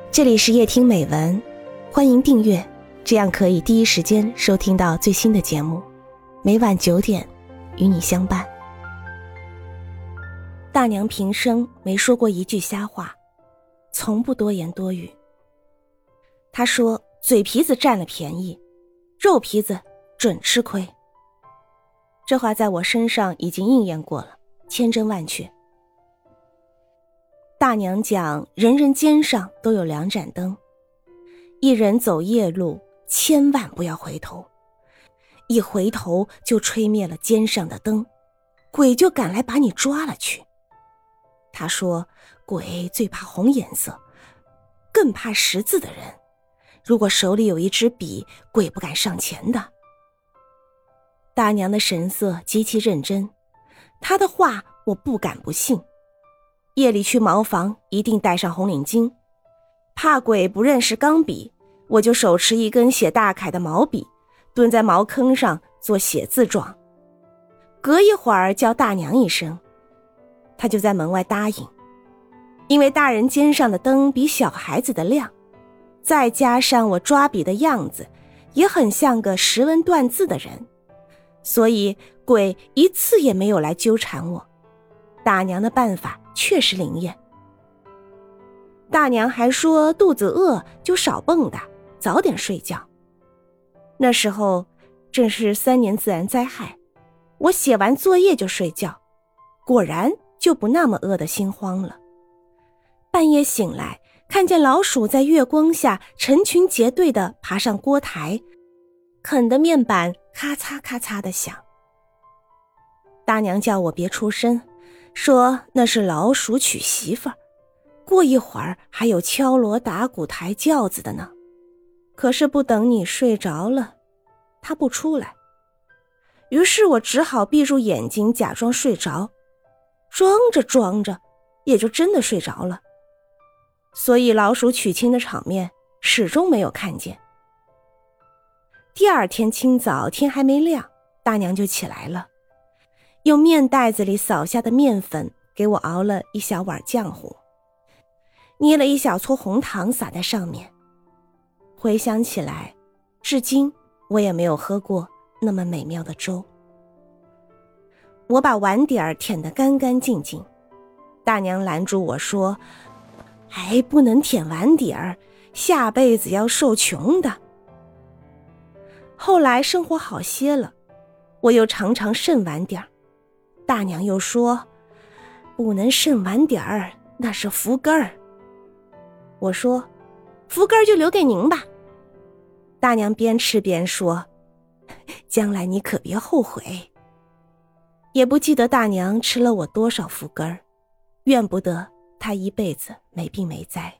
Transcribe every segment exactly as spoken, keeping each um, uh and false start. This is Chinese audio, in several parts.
这里是夜听美文，欢迎订阅，这样可以第一时间收听到最新的节目，每晚九点与你相伴。大娘平生没说过一句瞎话，从不多言多语。她说嘴皮子占了便宜，肉皮子准吃亏。这话在我身上已经应验过了，千真万确。大娘讲，人人肩上都有两盏灯，一人走夜路，千万不要回头，一回头就吹灭了肩上的灯，鬼就赶来把你抓了去。她说，鬼最怕红颜色，更怕识字的人，如果手里有一支笔，鬼不敢上前的。大娘的神色极其认真，她的话我不敢不信。夜里去茅房一定带上红领巾，怕鬼不认识钢笔，我就手持一根写大楷的毛笔，蹲在茅坑上做写字状。隔一会儿叫大娘一声，她就在门外答应。因为大人肩上的灯比小孩子的亮，再加上我抓笔的样子也很像个识文断字的人，所以鬼一次也没有来纠缠我。大娘的办法确实灵验。大娘还说肚子饿就少蹦跶，早点睡觉。那时候正是三年自然灾害，我写完作业就睡觉，果然就不那么饿得心慌了。半夜醒来，看见老鼠在月光下成群结队地爬上锅台，啃的面板咔嚓咔嚓地响。大娘叫我别出声，说那是老鼠娶媳妇儿，过一会儿还有敲锣打鼓抬轿子的呢。可是不等你睡着了，他不出来。于是我只好闭住眼睛假装睡着，装着装着也就真的睡着了。所以老鼠娶亲的场面始终没有看见。第二天清早，天还没亮，大娘就起来了，用面袋子里扫下的面粉给我熬了一小碗浆糊，捏了一小撮红糖撒在上面。回想起来，至今我也没有喝过那么美妙的粥。我把碗底儿舔得干干净净，大娘拦住我说，还不能舔碗底儿，下辈子要受穷的。后来生活好些了，我又常常剩碗底儿，大娘又说，不能剩碗底儿，那是福根儿。我说，福根儿就留给您吧。大娘边吃边说，将来你可别后悔。也不记得大娘吃了我多少福根儿，怨不得她一辈子没病没灾。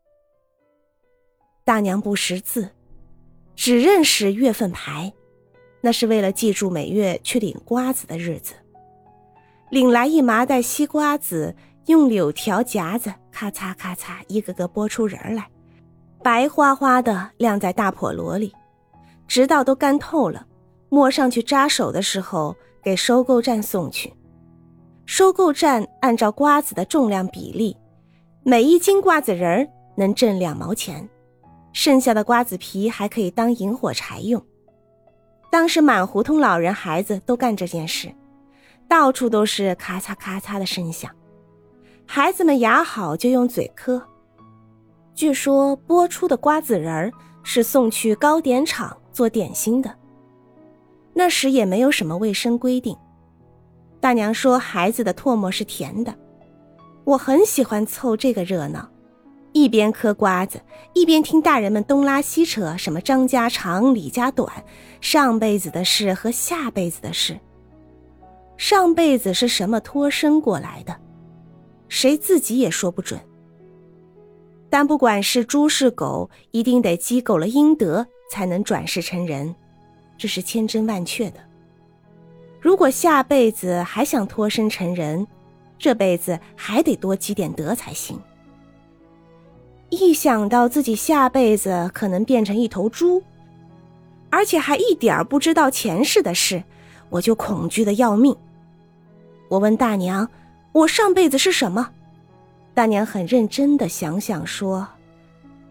大娘不识字，只认识月份牌，那是为了记住每月去领瓜子的日子。领来一麻袋西瓜子，用柳条夹子咔嚓咔嚓一个个剥出仁来，白花花的晾在大笸箩里，直到都干透了，摸上去扎手的时候给收购站送去。收购站按照瓜子的重量比例，每一斤瓜子仁能挣两毛钱，剩下的瓜子皮还可以当引火柴用。当时满胡同老人孩子都干这件事，到处都是咔嚓咔嚓的声响，孩子们牙好就用嘴磕。据说剥出的瓜子仁是送去糕点厂做点心的，那时也没有什么卫生规定。大娘说孩子的唾沫是甜的，我很喜欢凑这个热闹，一边嗑瓜子，一边听大人们东拉西扯，什么张家长李家短，上辈子的事和下辈子的事。上辈子是什么托生过来的，谁自己也说不准。但不管是猪是狗，一定得积够了阴德才能转世成人，这是千真万确的。如果下辈子还想脱身成人，这辈子还得多积点德才行。一想到自己下辈子可能变成一头猪，而且还一点不知道前世的事，我就恐惧得要命。我问大娘，我上辈子是什么？大娘很认真地想想说，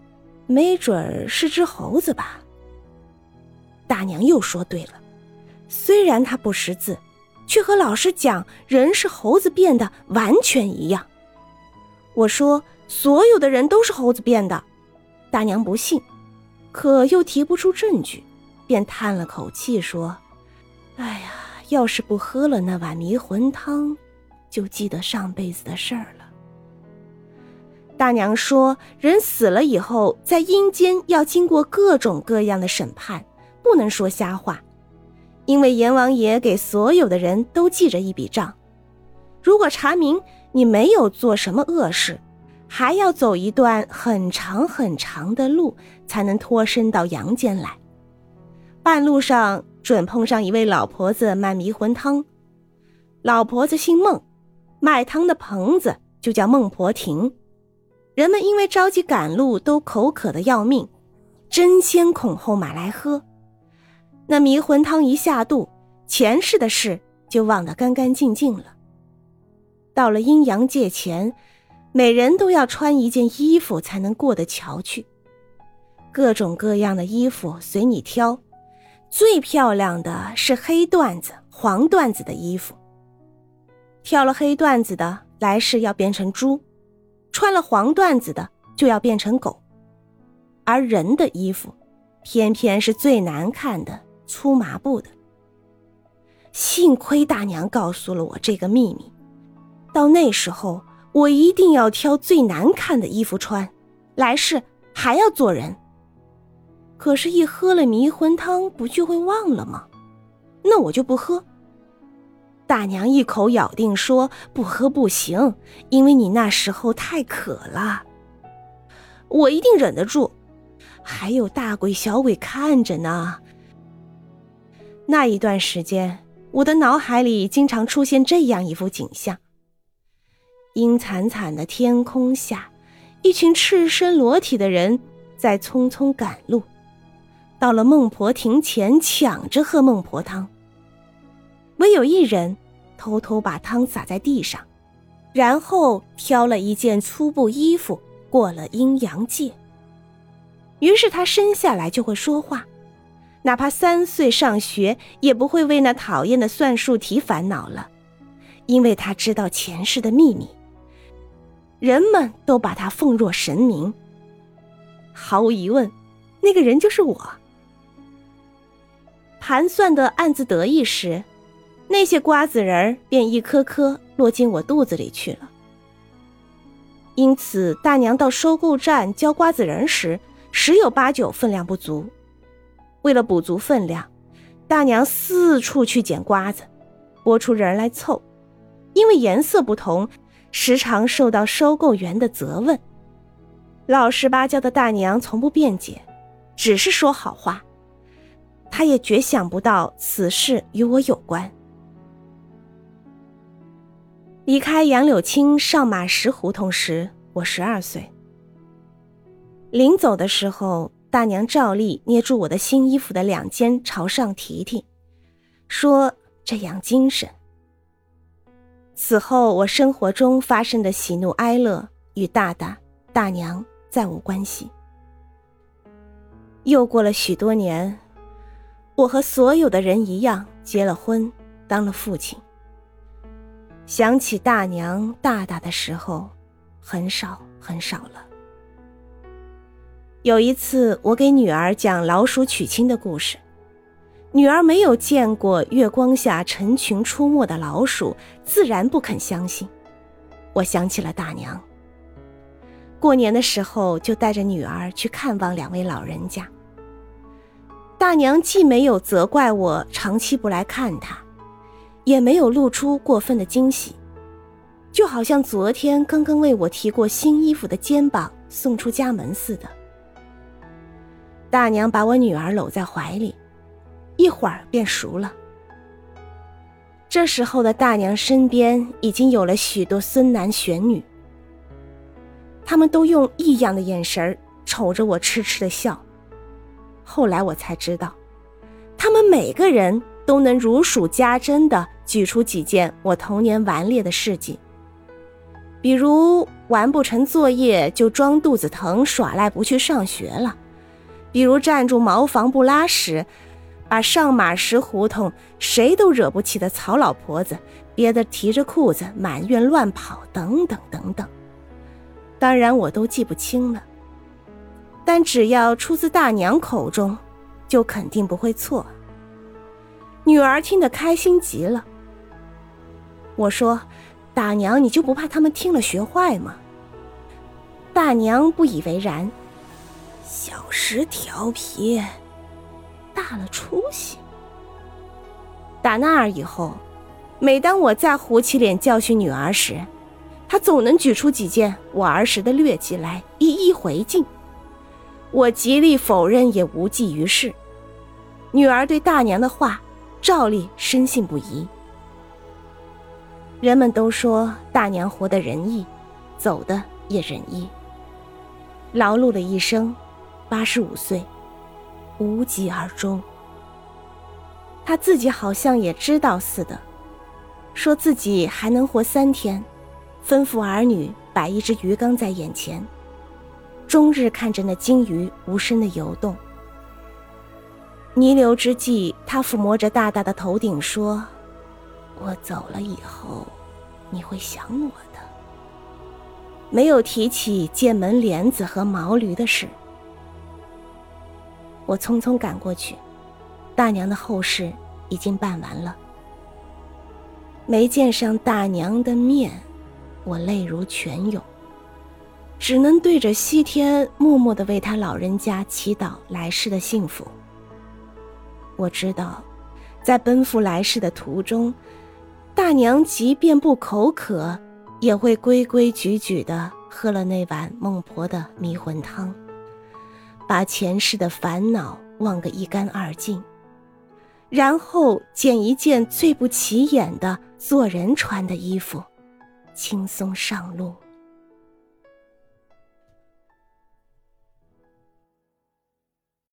没准儿是只猴子吧。大娘又说对了，虽然她不识字，却和老师讲人是猴子变的完全一样。我说所有的人都是猴子变的，大娘不信，可又提不出证据，便叹了口气说，哎呀，要是不喝了那碗迷魂汤，就记得上辈子的事儿了。大娘说，人死了以后，在阴间要经过各种各样的审判，不能说瞎话，因为阎王爷给所有的人都记着一笔账，如果查明你没有做什么恶事，还要走一段很长很长的路，才能脱身到阳间来。半路上准碰上一位老婆子卖迷魂汤，老婆子姓孟，卖汤的棚子就叫孟婆亭。人们因为着急赶路，都口渴得要命，争先恐后买来喝。那迷魂汤一下肚，前世的事就忘得干干净净了。到了阴阳界前，每人都要穿一件衣服才能过得桥去，各种各样的衣服随你挑，最漂亮的是黑缎子、黄缎子的衣服。挑了黑缎子的，来世要变成猪，穿了黄缎子的就要变成狗。而人的衣服偏偏是最难看的，粗麻布的。幸亏大娘告诉了我这个秘密，到那时候我一定要挑最难看的衣服穿，来世还要做人。可是一喝了迷魂汤，不就会忘了吗？那我就不喝。大娘一口咬定说，不喝不行，因为你那时候太渴了。我一定忍得住，还有大鬼小鬼看着呢。那一段时间，我的脑海里经常出现这样一幅景象：阴惨惨的天空下，一群赤身裸体的人在匆匆赶路，到了孟婆亭前抢着喝孟婆汤。唯有一人偷偷把汤洒在地上，然后挑了一件粗布衣服过了阴阳界。于是他生下来就会说话，哪怕三岁上学，也不会为那讨厌的算术题烦恼了，因为他知道前世的秘密。人们都把他奉若神明。毫无疑问，那个人就是我。盘算的暗自得意时，那些瓜子仁便一颗颗落进我肚子里去了。因此大娘到收购站交瓜子仁时，十有八九分量不足。为了补足分量，大娘四处去捡瓜子，拨出仁来凑，因为颜色不同，时常受到收购员的责问。老实巴交的大娘从不辩解，只是说好话。她也绝想不到此事与我有关。离开杨柳青上马石胡同时，我十二岁。临走的时候，大娘照例捏住我的新衣服的两肩朝上提提，说这样精神。此后我生活中发生的喜怒哀乐与大大、大娘再无关系。又过了许多年，我和所有的人一样结了婚，当了父亲。想起大娘大大的时候，很少很少了。有一次我给女儿讲老鼠娶亲的故事，女儿没有见过月光下成群出没的老鼠，自然不肯相信。我想起了大娘，过年的时候就带着女儿去看望两位老人家。大娘既没有责怪我长期不来看她，也没有露出过分的惊喜，就好像昨天刚刚为我提过新衣服的肩膀送出家门似的。大娘把我女儿搂在怀里，一会儿便熟了。这时候的大娘身边已经有了许多孙男玄女，他们都用异样的眼神瞅着我痴痴的笑。后来我才知道，他们每个人都能如数家珍地举出几件我童年顽劣的事迹。 比如完不成作业就装肚子疼耍赖不去上学了，比如站住茅房不拉屎，把上马石胡同谁都惹不起的曹老婆子憋得提着裤子满院乱跑，等等等等。当然我都记不清了，但只要出自大娘口中，就肯定不会错。女儿听得开心极了。我说，大娘，你就不怕他们听了学坏吗？大娘不以为然，小时调皮，大了出息。打那儿以后，每当我再糊起脸教训女儿时，她总能举出几件我儿时的劣迹来一一回敬。我极力否认也无济于事，女儿对大娘的话照例深信不疑。人们都说大娘活得仁义，走得也仁义，劳碌了一生，八十五岁，无疾而终。她自己好像也知道似的，说自己还能活三天，吩咐儿女摆一只鱼缸在眼前，终日看着那金鱼无声的游动。弥留之际，她抚摸着大大的头顶说，我走了以后，你会想我的。没有提起见门帘子和毛驴的事。我匆匆赶过去，大娘的后事已经办完了。没见上大娘的面，我泪如泉涌，只能对着西天默默地为她老人家祈祷来世的幸福。我知道，在奔赴来世的途中，大娘即便不口渴，也会规规矩矩地喝了那碗孟婆的迷魂汤，把前世的烦恼忘个一干二净，然后捡一件最不起眼的做人穿的衣服，轻松上路。